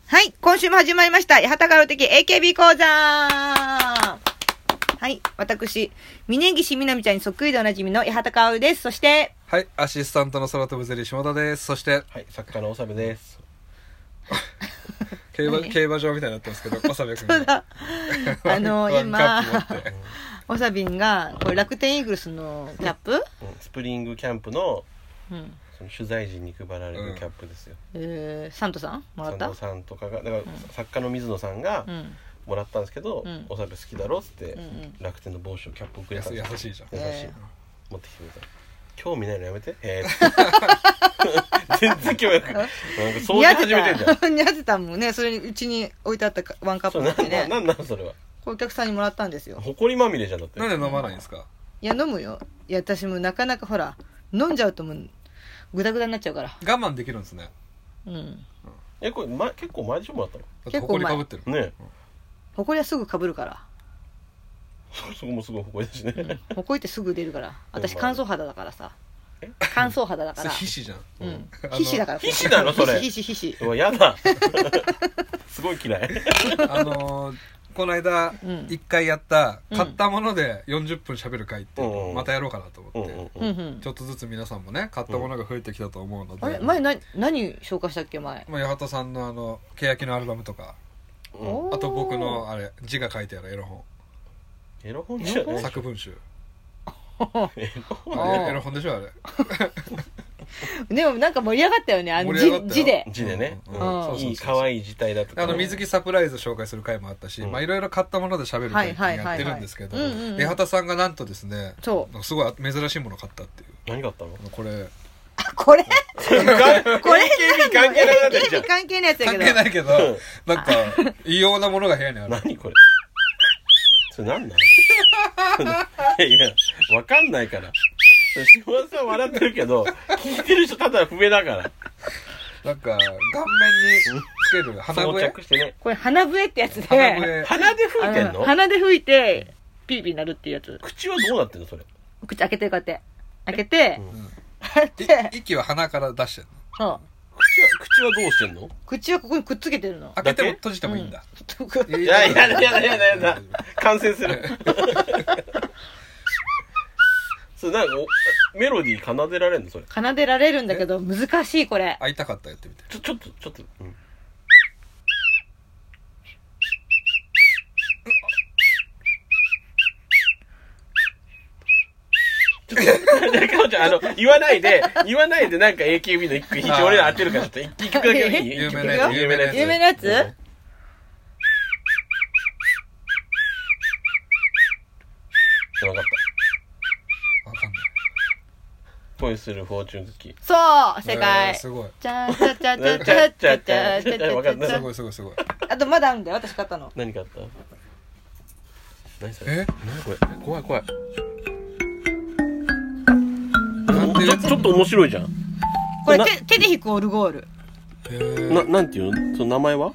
はい、今週も始まりました。八幡薫的 AKB 講座。はい、私、峯岸みなみちゃんにそっくりでおなじみの八幡薫です。そして、 はい、アシスタントの空飛ぶゼリー下田です。そして、 はい、作家のおさべです。 競馬場みたいになってますけど、おさべくん。 そうだ。今、おさびんが、これ楽天イーグルスのキャップ？ スプリングキャンプの、 うんその取材時に配られるキャップですよ。 サントさんもらった？ サントさんとかが、だから、作家の水野さんがもらったんですけど、おさべ好きだろっつって、楽天の帽子をキャップをくれたんですよ。 優しいじゃん。 優しい。持ってきてくれた。興味ないのやめて。全然興味なく。なんか掃除始めてんじゃん。 似合ってたもんね。それにうちに置いてあったワンカップ持ってね。 なんそれは。 これお客さんにもらったんですよ。 ほこりまみれじゃんだって。 なんで飲まないんですか？ いや飲むよ。いや私もなかなかほら飲んじゃうともうグダグダになっちゃうから。 我慢できるんですね。 うん。 これ結構前でしょもらったの？ 結構前。 ほこりかぶってる。 ね。 ほこりはすぐかぶるから。 そこもすごいほこりだしね。 ほこりってすぐ出るから。私乾燥肌だからさ。乾燥肌だから。 皮脂じゃん。 皮脂だから。 皮脂なのそれ。 皮脂。 うわやだ。すごい嫌い。 この間一回やった買ったもので40分喋る回ってまたやろうかなと思ってちょっとずつ皆さんもね買ったものが増えてきたと思うのであれ前何紹介したっけ前八幡さんの欅のアルバムとかあと僕のあれ字が書いてあるエロ本作文集エロ本でしょあれでもなんか盛り上がったよね字でねいい可愛い字体だとか水着サプライズ紹介する回もあったしいろいろ買ったもので喋る回ってやってるんですけど八幡さんがなんとですねすごい珍しいものを買ったっていう何買ったのこれこれ AKB 関係ないやつじゃん関係ないやつだけど関係ないけどなんか異様なものが部屋にある何これそれ何なのいやわかんないから下田さん笑ってるけど聞いてる人ただ笛だからなんか顔面につける鼻笛これ鼻笛ってやつで鼻で吹いてんの？ 鼻で吹いてピーピーなるっていうやつ。 口はどうなってんのそれ？ 口開けてこうやって開けて息は鼻から出してんの？ そう口はどうしてんの？ 口はここにくっつけてるの。 開けても閉じてもいいんだ。 いやだ感染するそれなんかメロディー奏でられるのそれ？ 奏でられるんだけど難しいこれ。 会いたかったらやってみて。 ちょっと。言わないでなんか AKB の一曲俺ら当てるからちょっと一曲だけいい？ 有名なやつ？ 分かった。わかんない。恋するフォーチュンクッキー。 そう正解。 すごい。 チャチャチャチャチャチャチャチャ。 すごい。 あとまだあるんだよ私買ったの。 何買った？何それ？何これ？怖い。ちょっと面白いじゃん。 これ手で弾くオルゴール。 なんていうの？その名前は？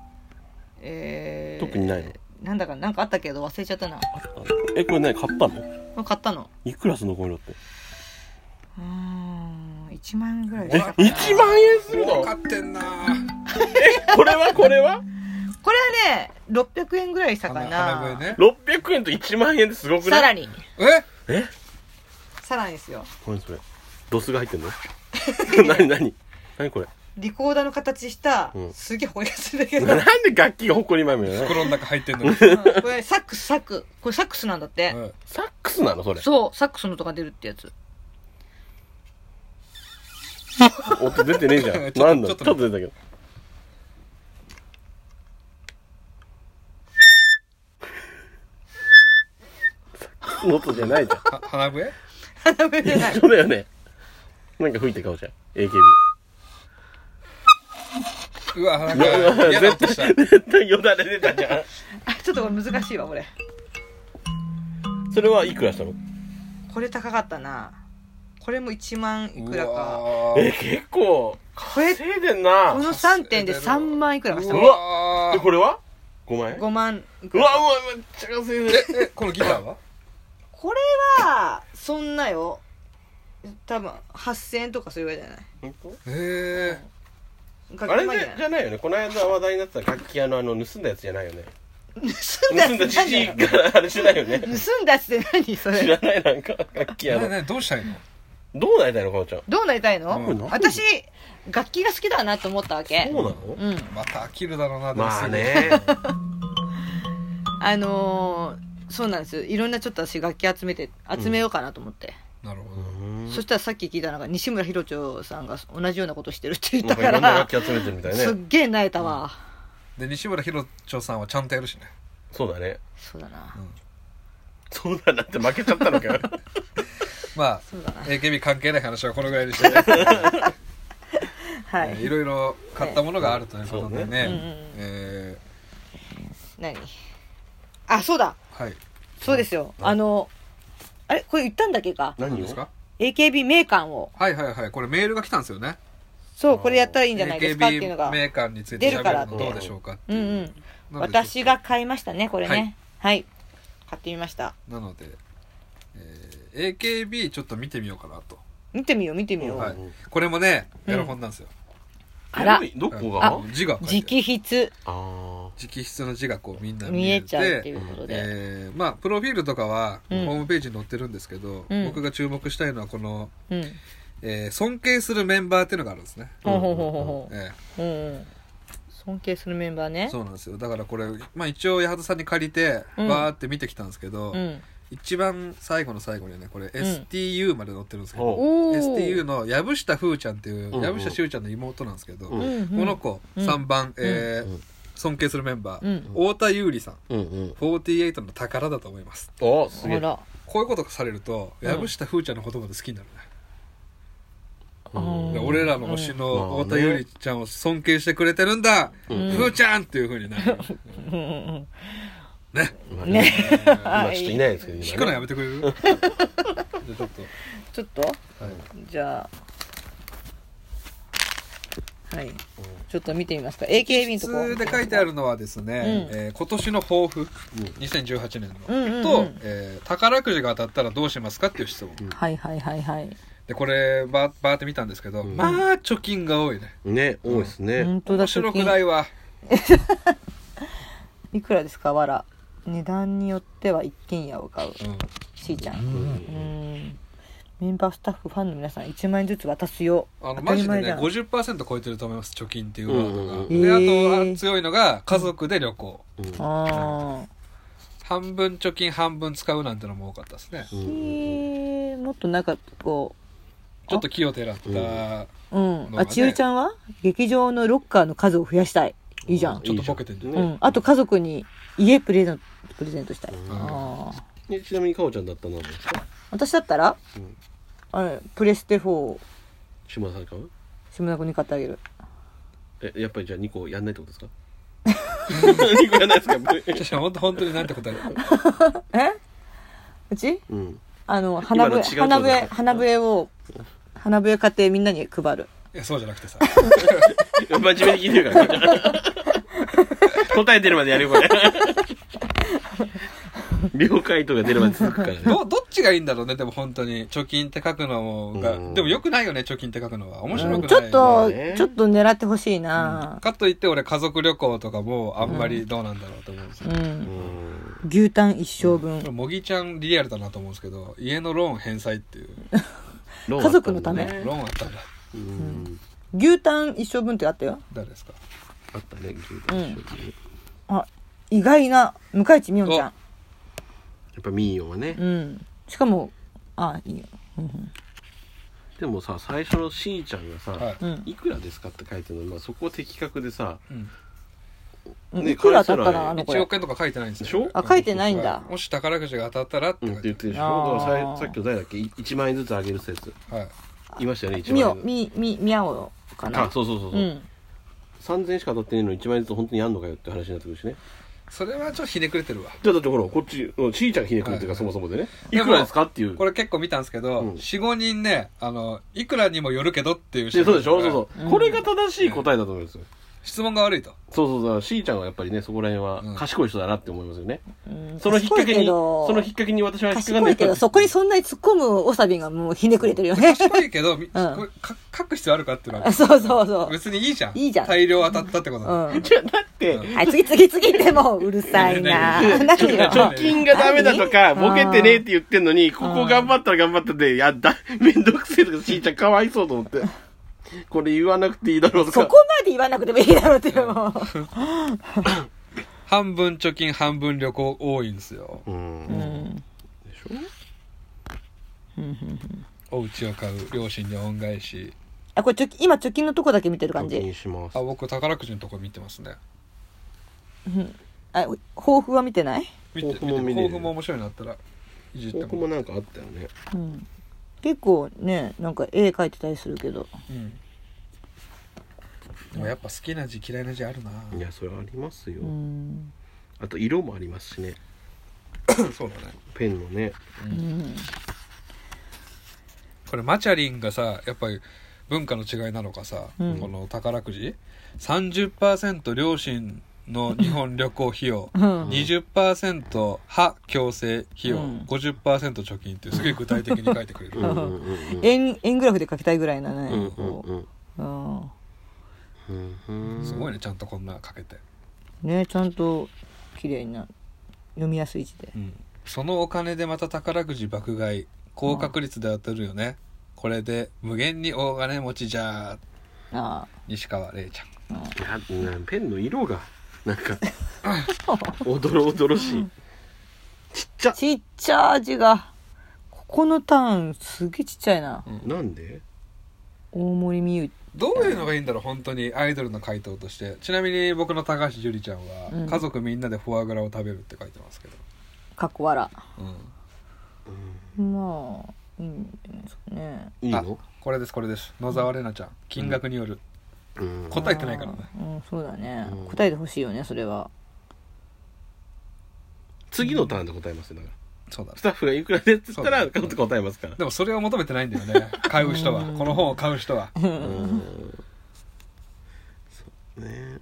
特にないの？ なんかあったけど忘れちゃったな。 これ何買ったの？ 買ったの。 いくらすんのこういうのって？ 1万円ぐらい。 1万円するの？ 買ってんな。 これは？ これはね600円ぐらいしたかな。 鼻笛ね。 600円と1万円ですごくない？ さらに。さらにですよ。 何それ？ドスが入ってんの？何これ？ リコーダーの形したすげえほこりがするんだけど。 なんで楽器がほこりまみれなの？ 袋の中入ってんのに。 これサックスこれサックスなんだって。 サックスなのそれ？ そうサックスの音が出るってやつ。 音出てねえじゃん。なんだちょっと出たけど。音じゃないじゃん。 鼻笛じゃない。 そうだよね。なんか吹いて顔じゃん。AKB。 うわ鼻笛。嫌な音した。 絶対よだれ出たじゃん。 ちょっとこれ難しいわこれ。 それはいくらしたの？ これ高かったな。これも1万いくらか。 結構稼いでんな。 この3点で3万いくらかした。 うわこれは5万円 ？5万いくら。 うわめっちゃ稼いでる。 このギターは？ これはそんなよ。多分8000円とかそれぐらいじゃない？ へえ。 あれじゃないよね。この間話題になってた楽器屋の盗んだやつじゃないよね。 盗んだじじいからあれしないよね。 盗んだって何それ。 知らない、なんか楽器屋の。 どうしたいの？ どうなりたいのかおちゃん。 どうなりたいの？ うん私、楽器が好きだなと思ったわけ。 そうなの？ うん。 また飽きるだろうな。 まあね。 そうなんですよ。いろんなちょっと私楽器集めようかなと思って。 なるほど。 そしたらさっき聞いたのが西村ひろちょさんが同じようなことしてるって言ったかなんかいろんなら、 楽器集めてるみたいね。 すっげえ萎えたわ。 で西村ひろちょさんはちゃんとやるしね。 そうだね。 そうだな。 そうだなって負けちゃったのかよ。 まあそうだな。 AKB 関係ない話はこのぐらいにしてね。 はい。 いろいろ買ったものがあるということでね。 何？あ、そうだ。 はい。 そうですよ。あれこれ言ったんだっけか。 何ですか？ AKB 名鑑を。 はいはいはい。これメールが来たんですよね。 そう、これやったらいいんじゃないですかっていうの AKB が。 名鑑について喋るのどうでしょうかっていう。 私が買いましたね、これね。はい。買ってみました。 なので、AKB ちょっと見てみようかなと。 見てみよう、見てみよう。 はい。これもね、エロ本なんですよ。 あら、 どこが？ 字が書いてある。 直筆。 直筆の字がこうみんな見えちゃうってて、 いうことで。 まあプロフィールとかはホームページに載ってるんですけど、 うん僕が注目したいのはこの、 うん。 尊敬するメンバーっていうのがあるんですね。 ほうほうほうほう。 えうん。尊敬するメンバーね。 そうなんですよ。だからこれ、まあ一応八幡さんに借りてバーって見てきたんですけど、 うん。 一番最後の最後にはね、これ STU まで載ってるんですけど、 おー STU の藪下風ちゃんっていう、 うん藪下しゅうちゃんの妹なんですけど、 うんうんこの子、3番、尊敬するメンバー、太田優里さん、48の宝だと思います。 お、すげえ。 あら。 こういうことがされると、藪下風ちゃんのことまで好きになるね。で俺らの推しの太田優里ちゃんを尊敬してくれてるんだ、風ちゃんっていう風になる。ね。 ね。 今ちょっといないですけど、 引くのやめてくれる？じゃあちょっと。 ちょっとじゃあ、はい。ちょっと見てみますか。AKB のとこ。 普通で書いてあるのはですね、今年の抱負、2018年の、と、宝くじが当たったらどうしますかっていう質問。 はいはいはいはい。 で、これ、バーって見たんですけど、まあ、貯金が多いね。 ね、多いですね。 本当だ、 面白くないわ。 いくらですか、わら。値段によっては一軒家を買う。しーちゃん。メンバースタッフファンの皆さん1万円ずつ渡すよ。 マジでね 50% 超えてると思います、貯金っていうワードが。で、あと強いのが家族で旅行。半分貯金半分使うなんてのも多かったですね。 もっとなんかこうちょっと気をてらった、 千代ちゃんは劇場のロッカーの数を増やしたい。いいじゃん。 ちょっとボケてるね。 あと家族に家プレゼントしたい。 ちなみにかおちゃんだったら何ですか？ 私だったらプレステ4 島田さん買う？ 島田君に買ってあげる。 やっぱりじゃあ2個やんないってことですか？2個やんないですか？ 本当になんて答える？ うち？花笛買ってみんなに配る。 いや、そうじゃなくてさ。 真面目に聞いてるから答え出るまでやるよこれ。了解とか出るまで続くからね。 どっちがいいんだろうね。でも本当に貯金って書くのが、でもよくないよね、貯金って書くのは面白くない。 ちょっと狙ってほしいな。 かといって俺家族旅行とかもあんまりどうなんだろうと思うんですよ。 牛タン一生分。 もぎちゃんリアルだなと思うんですけど、家のローン返済っていう家族のためローンあったんだ。 牛タン一生分ってあったよ。 誰ですか？ あったね、牛タン一生分。 あ、意外な向井地美音ちゃん。 やっぱミーヨンはね。 しかもいいよ。 でもさ、最初のしーちゃんがさ、いくらですかって書いてるの、そこ的確でさ、 いくら当たったら 1億円とか書いてないんですよ。 書いてないんだ。 もし宝くじが当たったらって言ってるでしょ。だからさっきの誰だっけ、1万円ずつあげる説。いましたよね、1万円。 みやおかな。 そう。3000円しか当たってないのに1万円ずつ本当にやんのかよって話になってくるしね。 それはちょっとひねくれてるわ。 じゃあだってほら、こっち、しーちゃんがひねくれてるからそもそもでね。いくらですかっていう。 これ結構見たんですけど、4、5人ね、いくらにもよるけどっていう人。 そうでしょ。そう。これが正しい答えだと思うんですよ。 質問が悪いと。 そうそうそう、しーちゃんはやっぱりね、そこら辺は賢い人だなって思いますよね。 うんその引っ掛けに、 賢いけどその引っ掛けに私は引っかかんない賢いけど、そこにそんなに突っ込むおさびがもうひねくれてるよね。 賢いけど、これ書く必要あるかっていうのはそうそうそう。 別にいいじゃん。 いいじゃん大量当たったってことだ。 うん。 じゃあだって、 はい、次ってもううるさいな。 ね何よ。 貯金がダメだとか、 何ボケてねえって言ってんのに、ここ頑張ったら頑張ったで、めんどくせえとか、しーちゃんかわいそうと思って。これ言わなくていいだろうとか。 そこまで言わなくてもいいだろうっていうもう。 半分貯金、半分旅行多いんですよ。 うん。 でしょお家を買う、両親に恩返し。 あ、これ今貯金のとこだけ見てる感貯金じ。 します。 僕宝くじのとこ見てますね。 あ、抱負は見てない？ 見て抱負も見れる抱負も面白いのあったらいじって僕もなんかあったよね。 うん。結構ね、なんか絵描いてたりするけど。 うんでもやっぱ好きな字嫌いな字あるな。 いや、それありますよ。 うん。 あと色もありますしね。 そうだね。 ペンのね。 うん。 これマチャリンがさ、やっぱり文化の違いなのかさ、 うんこの宝くじ 30% 両親の日本旅行費用、 うん 20% 歯矯正費用、 うん 50% 貯金っていうすげえ具体的に書いてくれる。 円グラフで描きたいぐらいなね。 うんこうんううんうん。 すごいね、ちゃんとこんな書けて、 ね、ちゃんと綺麗な読みやすい字で。 そのお金でまた宝くじ爆買い、高確率で当たるよね。これで無限に大金持ちじゃー。 あ西川玲ちゃん。 いやペンの色がなんかおどろおどろしい。ちっちゃ。 ちっちゃ字がここのターンすげえちっちゃいな。 なんで？ 大森美優。 どういうのがいいんだろう、本当にアイドルの回答として。ちなみに僕の高橋樹里ちゃんは、 うん家族みんなでフォアグラを食べるって書いてますけど、 かっこ笑。 うん、 まあいいんじゃないですかね。 あいいの？ これです野沢玲奈ちゃん、金額による、 うん答えてないからね。 うん、そうだね、 うん答えてほしいよね、それは。 次のターンで答えますよ。だからそうだねスタッフがいくらでって言ったらそうだね答えますから。 でもそれを求めてないんだよね、買う人は。この本を買う人は。 そうね。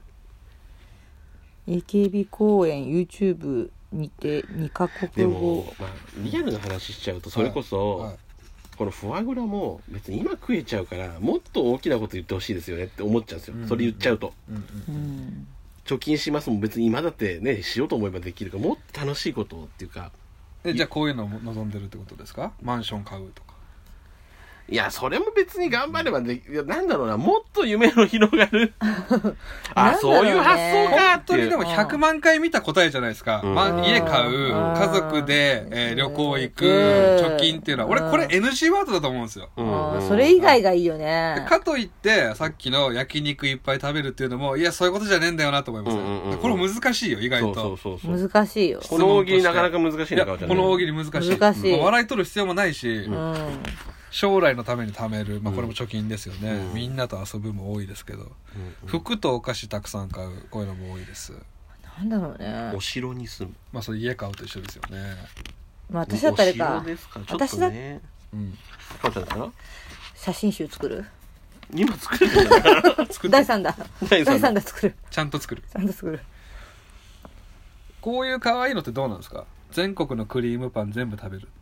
AKB 公演 YouTube にて2カで国語も、まあ、リアルな話しちゃうとそれこそ、 はいこのフォアグラも別に今食えちゃうからもっと大きなこと言ってほしいですよねって思っちゃうんですよ、 うんそれ言っちゃうと。 うんうん貯金しますも別に今だってねしようと思えばできるからもっと楽しいことをっていうか。 じゃあこういうのを望んでるってことですか？マンション買うとか。 いやそれも別に頑張ればでき、いやなんだろうな、もっと夢の広がるあ、そういう発想か本っていう。 当にでも100万回見た答えじゃないですか。 うん家買う、 うん家族で、旅行行く、貯金っていうのは、俺これ NG ワードだと思うんですよ。 あーそれ以外がいいよでね。 かといってさっきの焼肉いっぱい食べるっていうのも、いやそういうことじゃねえんだよなと思いますよ、これ難しいよ意外と。 そう難しいよ。 この大喜利なかなか難しいいやなかおちゃんね。 この大喜利難しい。 難しいもう笑い取る必要もないし、 うん将来のために貯める、まあこれも貯金ですよね、 うんみんなと遊ぶも多いですけど、服とお菓子たくさん買う、こういうのも多いです。 なんだろうねお。城に住む。 まあそれ家買うと一緒ですよね。 まあ私だったらおか城ですかちょっとね。 うん。 かおちゃんですか写真集作る。 今作れてるのかな作って第3弾。 第第3 三弾弾作る。 ちゃんと作る。 ちゃんと作る。 こういう可愛いのってどうなんですか？全国のクリームパン全部食べる。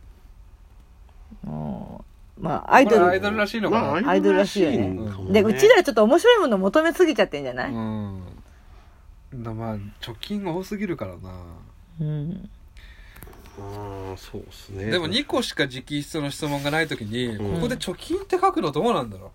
まあアイドルこれアイドルらしいのかな、 まあアイドルらしいよねんかもで、うちらちょっと面白いもの求めすぎちゃってんじゃない？ うん。まあ貯金が多すぎるからな。 うん。 そうですね。 でも2個しか直筆の質問がないときに、 うんここで貯金って書くのどうなんだろ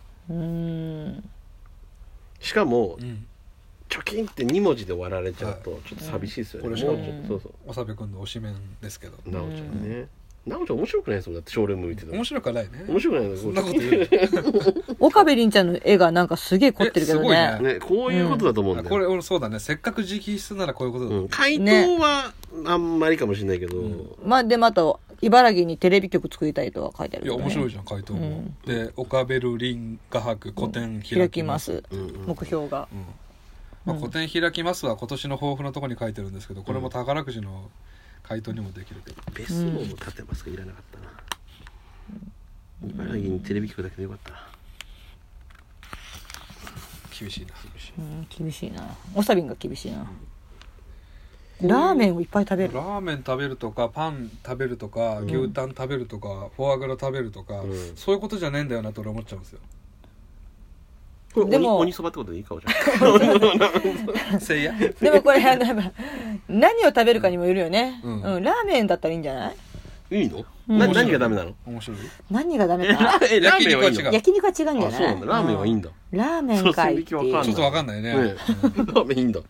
しかもう。うん。 貯金って2文字で終わられちゃうとちょっと寂しいですよね。 これしかももうちょっとそうそう。 おさべくんの推しメンですけど。 なおちゃんね。なおちゃん面白くないですもんだってショールーム見てたら。 面白くはないね。 面白くないのそんなこと言う。 岡部凛ちゃんの絵がなんかすげえ凝ってるけどすごいね。 ねね、こういうことだと思うんだよ。 これ俺そうだね。せっかく直筆ならこういうことだと思う。 回答はあんまりかもしれないけど、 まあでまた茨城にテレビ局作りたいとは書いてあるいや面白いじじゃん回答も、 うんで岡ベルリン画伯個展開き開きます、 ます、目標が、 まあ、個展開きますは今年の抱負のところに書いてるんですけど、これも宝くじの回答にもできるけど、 別荘も建てますかいらなかったな。茨城にテレビ局だけでよかったな。 厳しいな。 厳しいな。わさびんが厳しいな。ラーメンをいっぱい食べる。 ラーメン食べるとかパン食べるとか牛タン食べるとか、フォアグラ食べるとか、そういうことじゃねえんだよなと俺思っちゃうんですよ。 これでも鬼そばってことでいいかもしれないせいやでもこれ何を食べるかにもよるよね。 うんラーメンだったらいいんじゃない？ いいの、 うん何がダメなの？ 面白い。 何がダメか。 ラーメンはいいの？ 焼肉は違うんじゃない？ あ、そうなんだ。ラーメンはいいんだ。 ラーメンかいっていう。 そうちょっとわかんないね。 ラーメンいいんだ。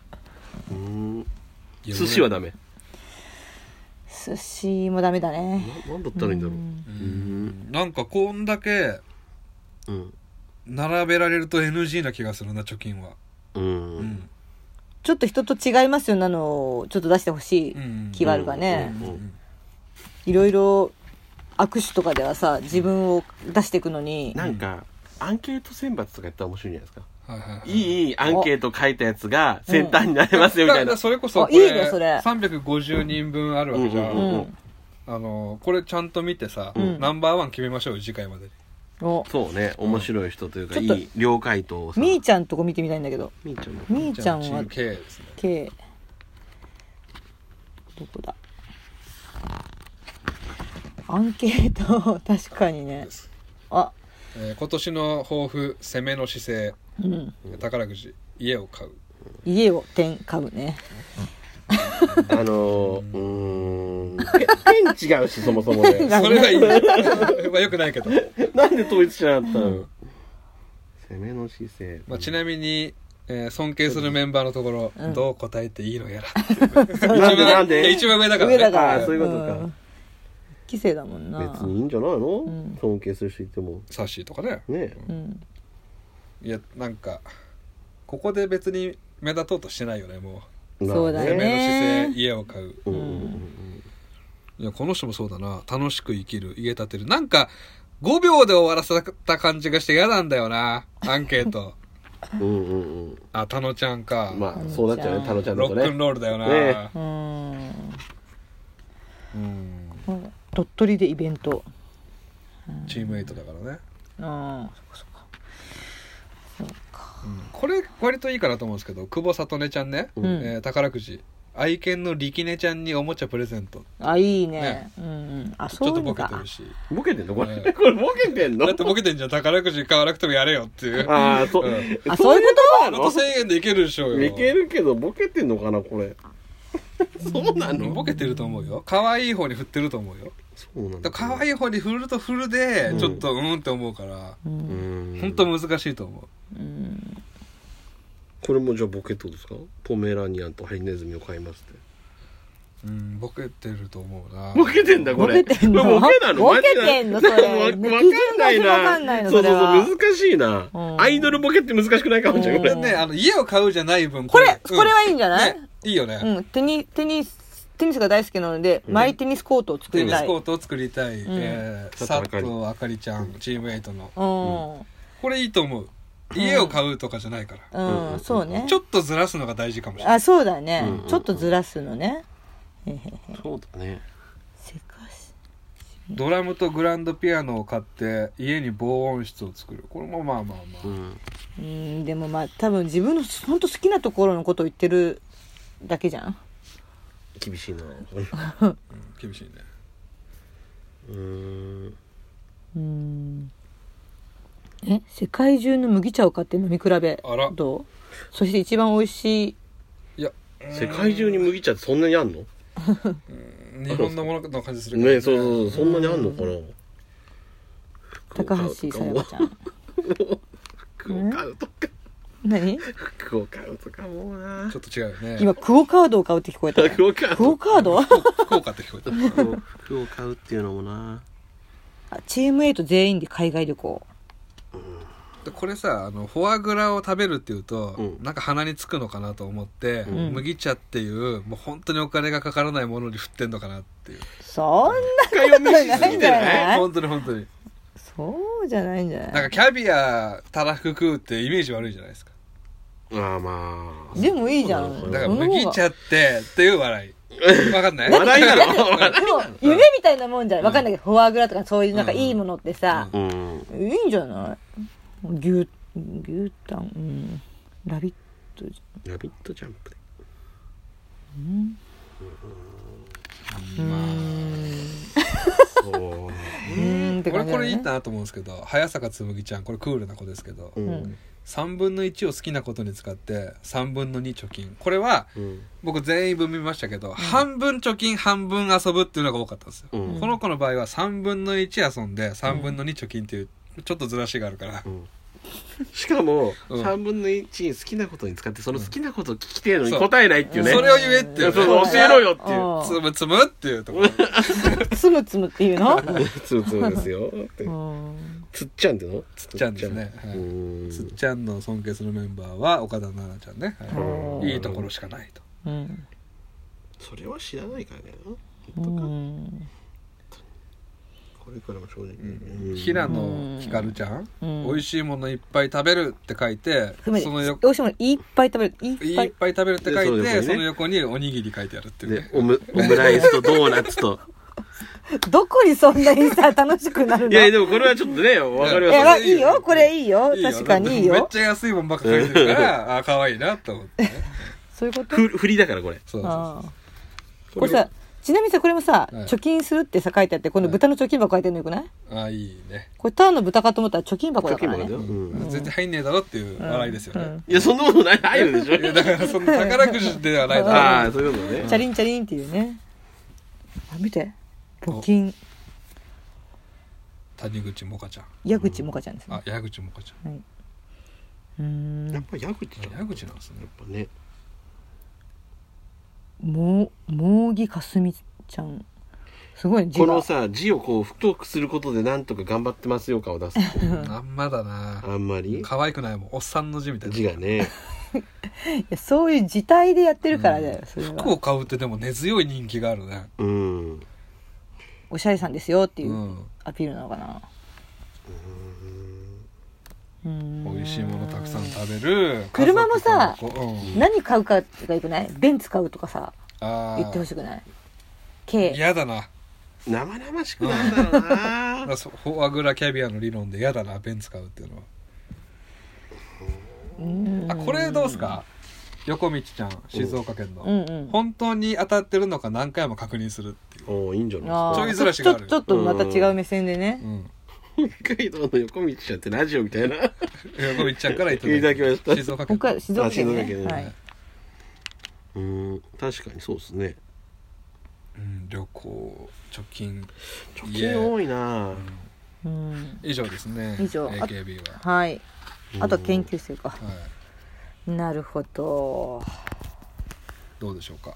寿司はダメ。 寿司もダメだね。 なんだったらいいんだろう。 なんかこんだけ並べられると NG な気がするな、貯金は。 ちょっと人と違いますよなのをちょっと出してほしい気があるかね。いろいろ握手とかではさ、自分を出していくのになんかアンケート選抜とかやったら面白いんじゃないですか。 いいアンケート書いたやつがセンターになれますよみたいな。 それこそこいいねそれ。 350人分あるわけじゃん。これちゃんと見てさ、ナンバーワン決めましょう、次回までに。 そうね、面白い人というか、いい両回答をさ。 みーちゃんとこ見てみたいんだけど。 みーちゃんは K ですね。 K どこだ。アンケート確かにね。あ、 今年の抱負、攻めの姿勢、宝くじ、家を買う。 家を買うね。 ペン違うし、そもそもね。 それはいい。まあよくないけど。 なんで統一しなかったの？攻めの姿勢。 ちなみに、尊敬するメンバーのところ、どう答えていいのやら。 なんで一番上だからね。 上だから。 そういうことか。 期生だもんな。 別にいいんじゃないの？尊敬する人いても。 サッシーとかね。 ねいや、なんか、ここで別に目立とうとしてないよね、もう。 そうだね。 攻めの姿勢、家を買う。いや、この人もそうだな。楽しく生きる、家建てる。なんか、5秒で終わらせた感じがして嫌なんだよな、アンケート。あ、タノちゃんか。 まあ、そうなっちゃうね、タノちゃんだとね。 ロックンロールだよな。 鳥取でイベント。 チームエイトだからね。 そっか。 これ割といいかなと思うんですけど、久保里音ちゃんね、宝くじ愛犬の力音ちゃんにおもちゃプレゼント。 あ、いいね。あ、 ちょっとボケてるし。 ボケてんのこれ？これボケてんの？ だってボケてんじゃん。宝くじ買わなくてもやれよっていう。 あ、そういうことあと1000円でいけるでしょうよ。 いけるけど、ボケてんのかな、これ。そうなの？ ボケてると思うよ。可愛い方に振ってると思うよ。 そうなんだ。 可愛い方に振ると振るで、ちょっとって思うから、本当難しいと思う。 これもじゃあボケってことですか？ポメラニアンとハリネズミを買いますって。 ボケてると思うな。 ボケてんだこれ。 ボケてんの？ ボケなの？ ボケてんのそれ。 わかんないな。そう難しいな。アイドルボケって難しくないかもしれない。 これね、家を買うじゃない分。 これはいいんじゃない？ いいよね。 テニスが大好きなので、マイテニスコートを作りたい。 テニスコートを作りたい。佐藤あかりちゃん、チームエイトの。これいいと思う。家を買うとかじゃないから。 そうね。 ちょっとずらすのが大事かもしれない。 あ、そうだね。ちょっとずらすのね。 そうだね。 ドラムとグランドピアノを買って家に防音室を作る。これもまあ。 でもまあ多分自分の本当好きなところのことを言ってるだけじゃん。 厳しいな。 厳しいね。世界中の麦茶を買って飲み比べ。どう？そして一番美味しい。 いや、 世界中に麦茶ってそんなにあんの？ 日本のものの感じするけどね。そうそんなにあんのかな。 高橋さやかちゃん。 服を買うとか。 何？ 服を買うとかもうな。 ちょっと違うよね。 今クオカードを買うって聞こえた。クオカード？ 福岡って聞こえた。 服を買うっていうのもな。 チームエイト全員で海外旅行。 これさ、フォアグラを食べるっていうと、なんか鼻につくのかなと思って、麦茶っていうもう本当にお金がかからないものに振ってんのかなっていう。 そんなことないんじゃない？ 本当にそうじゃないんじゃない？ なんかキャビアたらふく食うってイメージ悪いじゃないですか。 まあでもいいじゃん。 だから麦茶っていう笑い。わかんない？ 笑いなの？ でも夢みたいなもんじゃない？わかんないけど、フォアグラとかそういうなんかいいものってさ、いいんじゃない？牛タン、 ラビットラビットジャンプで。 って感じだね。 俺これいいなと思うんですけど、早坂つむぎちゃん、これクールな子ですけど、3分の1を好きなことに使って3分の2貯金。これは、僕全員分見ましたけど、半分貯金半分遊ぶっていうのが多かったんですよ、この子の場合は3分の1遊んで3分の2貯金っていうちょっとずらしがあるから、 しかも、3分の1好きなことに使ってその好きなことを聞きてえのに答えないっていうね。 それを言えっていう、 教えろよっていう。 つむつむっていうところつむつむっていうのつむつむですよ。つっちゃんってのつっちゃんですね、つっちゃんの尊敬するメンバーは岡田奈々ちゃんね、いいところしかないと、 それは知らないからね。本当か。これからも正直、 平野ひかるちゃん、美味しいものいっぱい食べるって書いて、 その美味しいものいっぱい食べる、 いっぱい食べるって書いて、その横におにぎり書いてあるっていうね。 オムライスとドーナツとどこにそんなにさ楽しくなるの？ いやでもこれはちょっとね、わかります。 いいよ、これいいよ、確かにいいよ。 めっちゃ安いもんばっか書いてるからあ、可愛いなと思ってね。 そういうこと？ 振りだからこれ。 そうこれさ、ちなみにさ、これもさ、貯金するってさ書いてあって、この豚の貯金箱書いてるのよくない？ あ、いいね。 これただの豚かと思ったら貯金箱だからね。 全然入んねえだろっていう笑いですよね。 いや、そんなことない、入るでしょ。 いや、だからその宝くじではないだろ。 ああ、そういうことね。 チャリンチャリンっていうね。あ、見て、募金。 谷口もかちゃん。 矢口もかちゃんですね。 あ、矢口もかちゃん。 やっぱ矢口じゃん。 矢口なんですね。 やっぱね。 もぎかすみちゃん。すごい字が。このさ、字をこう太くすることでなんとか頑張ってますよ感を出す。 あんまだな。 あんまり。 可愛くないもん。おっさんの字みたいな。 字がね。 いや、そういう字体でやってるからだよ。それは。 服を買うってでも根強い人気があるね。 おしゃれさんですよっていうアピールなのかな。 美味しいものたくさん食べる。 車もさ、何買うかがよくない？ベンツ買うとかさ、言ってほしくない？ 嫌だな。 生々しくなんだろうな。 フォアグラキャビアの理論で嫌だな、ベンツ買うっていうのは。あ、これどうすか？横道ちゃん、静岡県の、本当に当たってるのか何回も確認するっていう。 おー、いいんじゃないですか。 ちょいずらしがある。 ちょっとまた違う目線でね。 北海道の横道ちゃんってラジオみたいな。 横道ちゃんからいただきました。 静岡県。 静岡県ね。 確かにそうですね。 旅行、貯金多いな。 以上ですね。 以上。 AKB は。 はい。あと研究生か。なるほど。 どうでしょうか。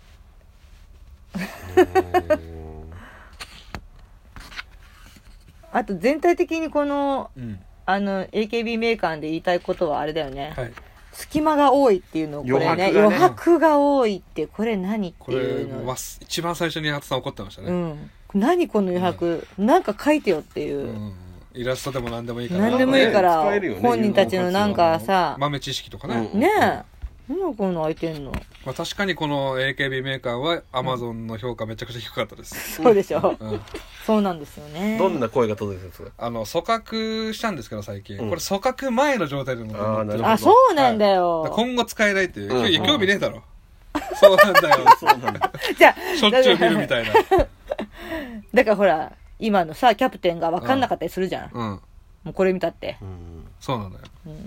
あと全体的にこの、AKB メーカーで言いたいことはあれだよね。隙間が多いっていうのをこれね、余白が多いってこれ何っていうの。 これ一番最初に初さん怒ってましたね。 何この余白、なんか書いてよっていう。 イラストでも何でもいいから。 何でもいいから、本人たちのなんかさ、 豆知識とかね。 ねえ。何この空いてんの。 まあ確かにこの AKB メーカーは Amazon の評価めちゃくちゃ低かったです。 そうでしょ。そうなんですよね。 どんな声が届いてるんですか？ 組閣したんですけど最近。これ組閣前の状態でも。 あ、そうなんだよ。 今後使えないっていう。興味ねえだろ。そうなんだよ。そうなんだ。 じゃあ、 しょっちゅう見るみたいな。 だからほら、今のさ、キャプテンが分かんなかったりするじゃん。もうこれ見たって。 そうなのよ。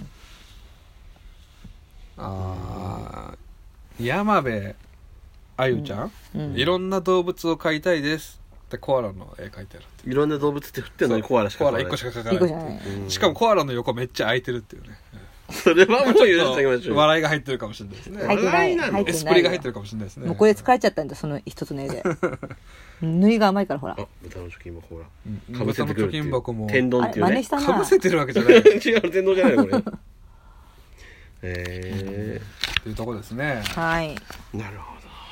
山部あゆちゃん、いろんな動物を飼いたいですってコアラの絵描いてあるって。 いろんな動物って振ってるのにコアラしか描かない。コアラ1個しか描かない。しかもコアラの横めっちゃ空いてるっていうね。 それはもう許してあげましょう。 笑いが入ってるかもしれないですね。 入ってない。 エスプリが入ってるかもしれないですね。 もうこれ疲れちゃったんだ、その一つの絵で。縫いが甘いからほら。 豚の貯金箱ほら。 豚の貯金箱も。 天丼っていうね。 かぶせてるわけじゃない。 違う、天丼じゃないこれ。 というとこですね。 はい。 なるほ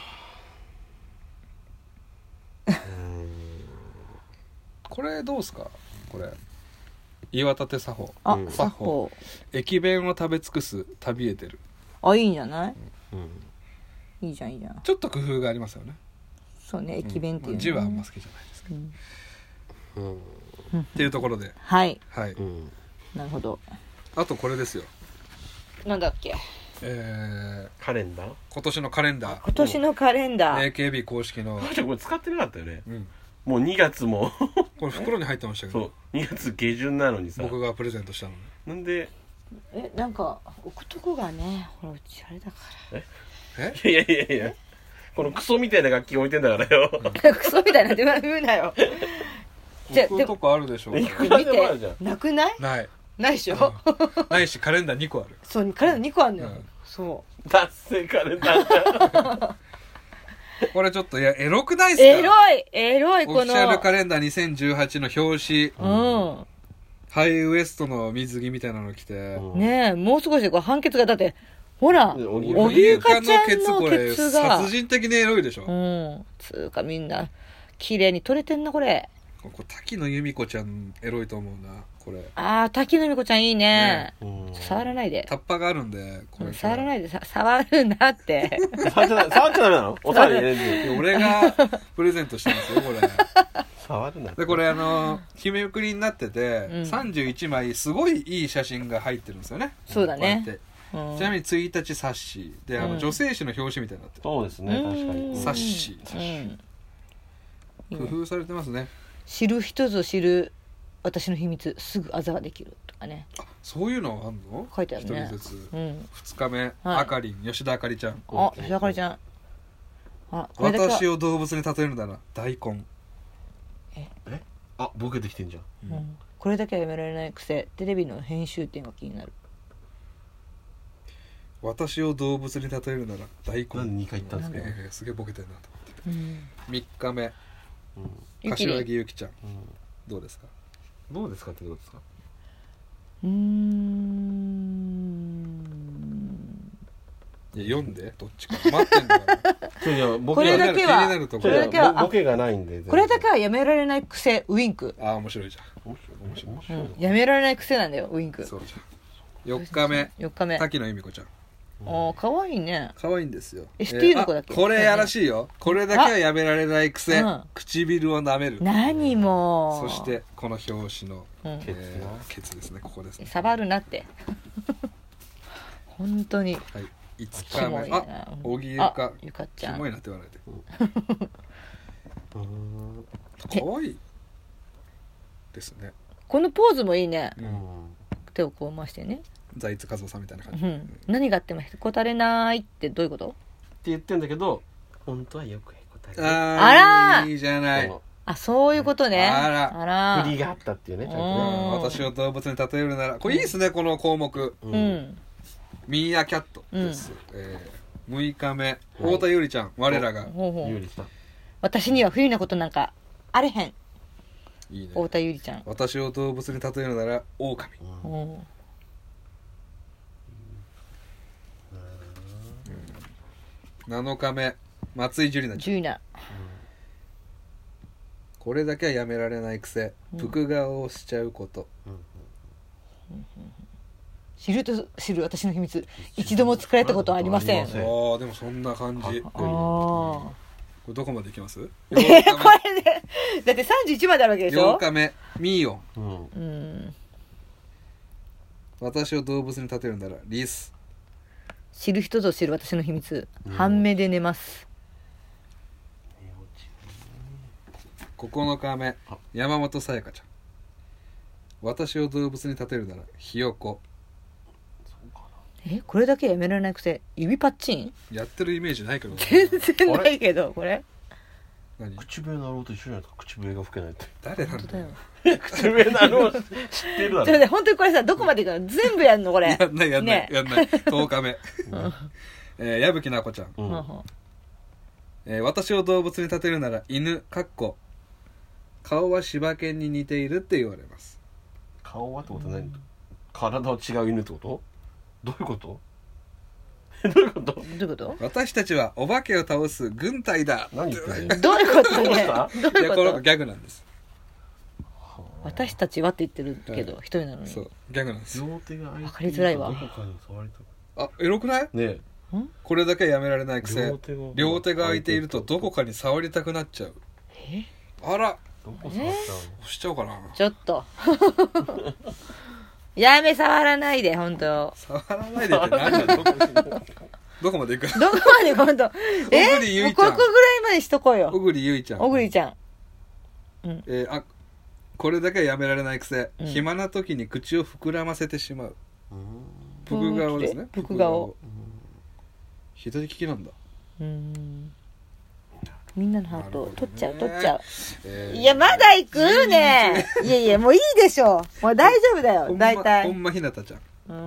ど。 これどうすか？これ岩立作法。 作法。 駅弁を食べ尽くす旅へ出る。 あ、いいんじゃない？いいじゃんいいじゃん。 ちょっと工夫がありますよね。 そうね、駅弁っていう。 字はあんま好きじゃないですけど。っていうところで。 はい。 はい。 なるほど。 あとこれですよ。 なんだっけ、 カレンダー今年のカレンダー、 今年のカレンダー、 AKB 公式の、 これ使ってなかったよね、 うん、 もう2月もこれ袋に入ってましたけど、 そう2月下旬なのにさ、 僕がプレゼントしたのに、 なんでなんか置くとこがね、ほらうちあれだかいやこのクソみたいな楽器置いてんだからよらクソみたいな言うなよじゃ置くとこあるでしょういかくらでもあるじゃん。 なくない？ ないないでしょ、 ないしカレンダー2個ある。 そうカレンダー2個あるのよ、 うんそう達成カレンダーじゃんこれちょっとエロくないっすか？ エロいオフこのィシャルカレンダー2018の表紙、ハイウエストの水着みたいなの着て、 ねえもう少しでこう判決がだってほらおぎゆかちゃんのこれケツが殺人的にエロいでしょ。 つうかみんな綺麗に撮れてんなこれ。 ここ滝野由美子ちゃんエロいと思うなこれ。 滝野由美子ちゃんいいね。 うん触らないで。 タッパがあるんでこれ、 触らないで触るなって。 触っちゃダメなの？お触り NG。 俺がプレゼントしたんですよこれ。 触るな。 でこれ日めくりになってて、31枚すごいいい写真が入ってるんですよね。 そうだね。 こうやってちなみに1日冊子で女性誌の表紙みたいになってる。 そうですね、確かに冊子、工夫されてますね。 知る人ぞ知る私の秘密すぐあざができるとかね。 あ、そういうのあんの？ 書いてあるね。 一人ずつ、2日目、あかりん、吉田あかりちゃん。 吉田あかりちゃん。 私を動物に例えるなら大根。 あ、ボケてきてんじゃん、 これだけはやめられない癖。テレビの編集点が気になる。 私を動物に例えるなら大根。 なんで2回言ったんですか？ すげえボケてるなと思って、3日目、柏木由紀ちゃん、どうですか？ どうですかってどうですか？ いや読んでどっちか待ってんだからこれだけはボケがないんで、 これだけはやめられない癖。ウインク。 あ、面白いじゃん。 面白い、 やめられない癖なんだよウインク。 そうじゃん。4日目滝野由美子ちゃん。 かわいいね。 かわいいんですよ。 ST の子だっけ？ これやらしいよ。これだけはやめられない癖。唇を舐める。 何も。 そしてこの表紙のケツですね。ここですね。 触るなって本当に。 はい、5日目、あ、荻ゆかちゃん、キモいなって言わないで。かわいいですね。 このポーズもいいね。手をこう回してね。 財津和夫さんみたいな感じ。 何があってもへこたれないってどういうこと？って言ってんだけど、本当はよくへこたれる。 あら、 いいじゃない。 あ、そういうことね。 あら、 振りがあったっていうね。ちゃんとね。 私を動物に例えるなら、これいいですね、この項目。ミーアキャットです。6日目、太田優里ちゃん、我らが。 私には不利なことなんかあれへん。 いいね。 太田優里ちゃん。 私を動物に例えるなら狼。7日目、松井樹里奈ちゃん。これだけはやめられない癖。服顔をしちゃうこと。 知ると知る私の秘密。一度も疲れたことはありません。 ああ、でもそんな感じ。これどこまでいきます？これね、だって31まであるわけでしょ。 8日目、ミーヨン。私を動物に例えるならリス。 知る人ぞ知る私の秘密。半目で寝ます。 9日目、山本さやかちゃん。私を動物に例えるならひよこ。 これだけやめられなくて指パッチンやってるイメージないけど。 全然ないけどこれ。 何？口笛なろうと一緒じゃないですか。口笛が吹けないって。 誰なんだよ。 口笛なろう知ってるだろ。 本当にこれさ、どこまでいくの？全部やんのこれ。 やんない。10日目。矢吹奈子ちゃん。私を動物に例えるなら犬。顔は柴犬に似ているって言われます。 顔はってことない？体は違う犬ってこと？どういうこと？どういうこと？ 私たちはお化けを倒す軍隊だ。 何言ってんの？ どういうことね？ いや、このギャグなんです。 私たちはって言ってるけど一人なのに。 そう、ギャグなんです。 分かりづらいわ。 あ、エロくない？ ね。 これだけはやめられない癖。両手が空いているとどこかに触りたくなっちゃう。あら、 どこ触っちゃうの？ 押しちゃおうかな。 ちょっとやめ、触らないで、ほんと。 触らないでって何だどこまで行くどこまでほんと。 小栗ゆいちゃんここぐらいまでしとこうよ。 小栗ゆいちゃん。 小栗ちゃん。 これだけはやめられない癖、 うん暇な時に口を膨らませてしまう。ぷく顔ですね。 ぷく顔。 左利きなんだ。 みんなのハート取っちゃう取っちゃう。いやや、まだ行くね。いやいや、もういいでしょ。もう大丈夫だよ、大体。 ほんまひなたちゃん。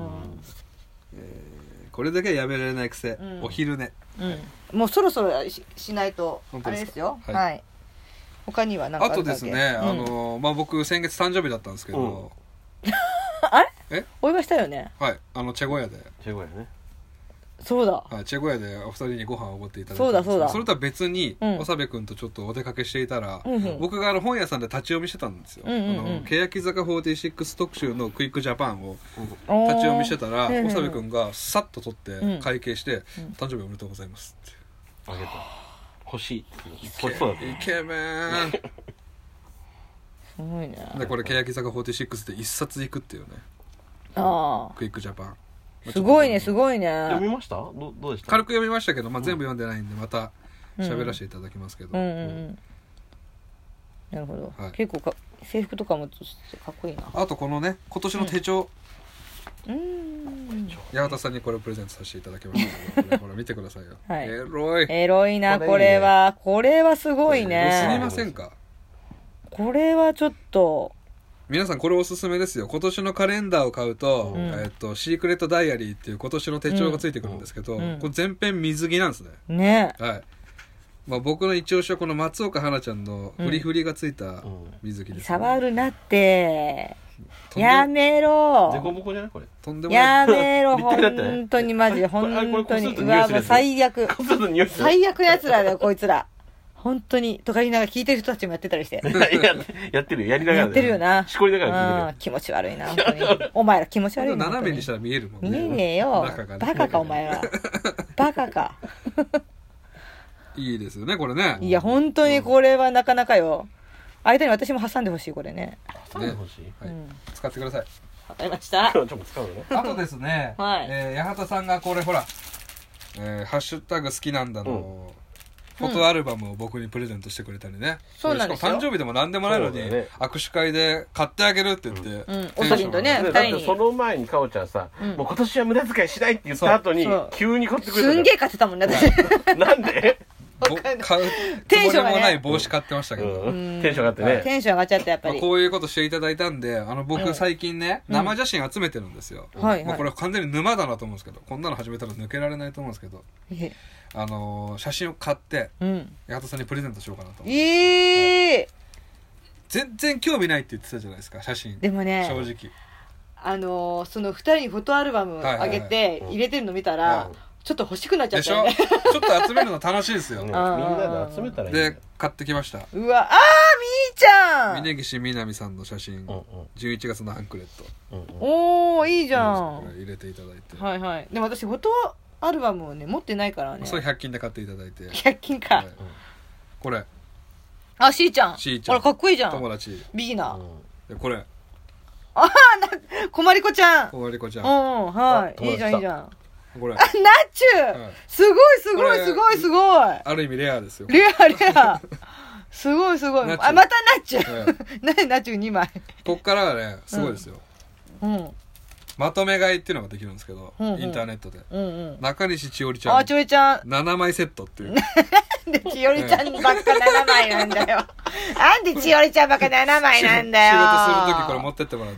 これだけはやめられない癖、お昼寝。 もうそろそろしないと、あ本当ですか？ れですよ。 はいはい。他には何かああとるだっけ？ ですね、僕先月誕生日だったんですけど、 あれ？ え？ お祝いしたよね。 はい、チェゴヤで、 チェゴヤね。 そうだ。 はい、チェゴヤでお二人にご飯をおごっていただいて、 そうだそうだそれとは別に、 うん長部君とちょっとお出かけしていたら、僕が本屋さんで立ち読みしてたんですよ。欅坂46特集のクイックジャパンを立ち読みしてたら、長部君がさっと取って会計して、誕生日おめでとうございますってあげた。欲しい。 イケメンすごいね。 でこれ欅坂46で一冊いくっていうね、 あクイックジャパンあ。すごいね、すごいね。 読みました？どうでした？ 軽く読みましたけど、全部読んでないんでまた喋らせていただきますけど、 なるほど。 はい結構制服とかもかっこいいな。 あとこのね今年の手帳、八幡さんにこれをプレゼントさせていただきましたけど、ほら見てくださいよ。 はいエロい。 エロいな、これは。これはすごいすみね。 ませんか。 これはちょっと。 皆さんこれおすすめですよ。今年のカレンダーを買うと、シークレットダイアリーっていう今年の手帳がついてくるんですけど、これ全編水着なんですね。 ね。 はい。僕の一押しはこの松岡花ちゃんのフリフリがついた水着です、ね。 触るなって。やめろ。 デコボコじゃないこれ。 とんでもない。 やめろ、本当にマジで、本当に。うわ、もう最悪。最悪の奴らだよ、こいつら。本当に。とか言いながら聞いてる人たちもやってたりして。 やってるよ、やりながら。 やってるよな。 しこりながら聞いてる。 気持ち悪いな、本当に。お前ら気持ち悪いな。 斜めにしたら見えるもんね。 見えねえよ。バカか、お前は。バカか。 いいですよね、これね。 いや、本当にこれはなかなかよ。間に私も挟んでほしい、これね。 挟んでほしい？ 使ってください。 わかりました。 ちょっと使うのね。 あとですね、 はい。 八幡さんがこれほら、ハッシュタグ好きなんだの、フォトアルバムを僕にプレゼントしてくれたりね。 そうなんですよ。 誕生日でも何でもないのに、握手会で買ってあげるって言って。 おさりんとね、 だってその前にかおちゃんさ、もう今年は無駄遣いしないって言った後に、急に買ってくれた。 すんげえ買ってたもんね、私。 なんで？ 買うつもりもない帽子買ってましたけど、 テンション上がってね。 テンション上がっちゃってやっぱり。 こういうことしていただいたんで、僕最近ね、生写真集めてるんですよ。これ完全に沼だなと思うんですけど、こんなの始めたら抜けられないと思うんですけど、写真を買って八幡さんにプレゼントしようかなと思って。全然興味ないって言ってたじゃないですか、写真。 でもね、 正直その2人にフォトアルバムあげて入れてるの見たらちょっと欲しくなっちゃったよね。 ちょっと集めるの楽しいですよ。みんなで集めたらいい。 で買ってきました。 うわ、みーちゃん、 峯岸みなみさんの写真、11月のアンクレット。 おー、いいじゃん。 入れていただいて。 はいはい。でも私フォトアルバムをね持ってないからね。 それ100均で買っていただいて。 100均か。 これ。 あ、しーちゃん。 しーちゃん。 あら、かっこいいじゃん。 友達。 ビギナー。これ。 こまりこちゃん。 こまりこちゃん。 はい。いいじゃん、いいじゃん。 これ。 ナチュすごいすごいすごいすごい。 ある意味レアですよ。 レア。すごいすごい。またナチュ何ナチュ2枚。 こっからはね、すごいですよ。まとめ買いっていうのができるんですけど、インターネットで。中西千織ちゃん。 あ、千織ちゃん。 7枚セットっていう。 なんで千織ちゃんばっか7枚なんだよ。なんで千織ちゃんばっか7枚なんだよ。 仕事するときこれ持ってってもらって。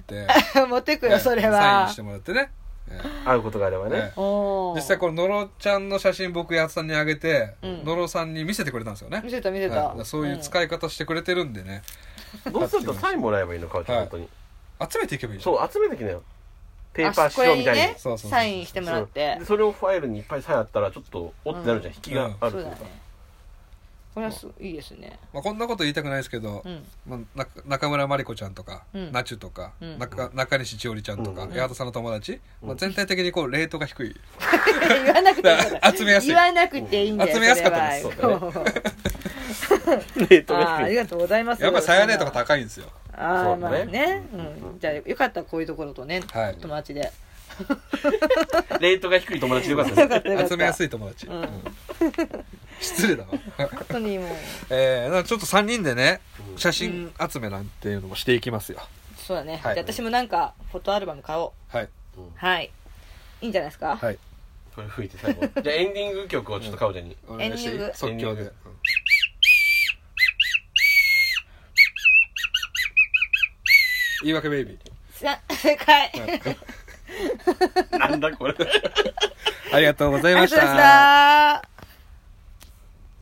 持ってくよ、それは。 サインしてもらってね。 会うことがあればね。 実際この野呂ちゃんの写真僕八幡さんにあげて、野呂さんに見せてくれたんですよね。 見せた。 そういう使い方してくれてるんでね。 どうするとサインもらえばいいのかおちゃん、本当に。 集めていけばいいじゃん。 そう、集めてきなよ。ペーパー資料みたいにサインしてもらって、 それをファイルにいっぱいサインあったらちょっとおってなるじゃん、引きがあるというか。 これはいいですね。 こんなこと言いたくないですけど、中村まりこちゃんとかナチュとか中西千織ちゃんとか八幡さんの友達、全体的にこうレートが低い。 言わなくていい。 集めやすい。 言わなくていいんだよ。 集めやすかったです。 レートが低い。 ありがとうございます。 やっぱサヤレートが高いんですよ。 ああ、 そうだねまあね、うん、じゃあよかったらこういうところとね、 はい友達でレートが低い友達でよかったですよかったよかった集めやすい友達、 うん失礼だわ本当にもうなんかちょっと3人でね写真集めなんていうのもしていきますよ。 そうだね、 はいじゃあ私もなんかフォトアルバム買おう。 はいはいいいんじゃないですか。 はい、 これ吹いて最後じゃあエンディング曲をちょっとかおちゃんにお願いしていいエンディング即興で、 エンディング言い訳ベイビ正解、 ー、 なんだこれありがとうございましありがとうございましたた。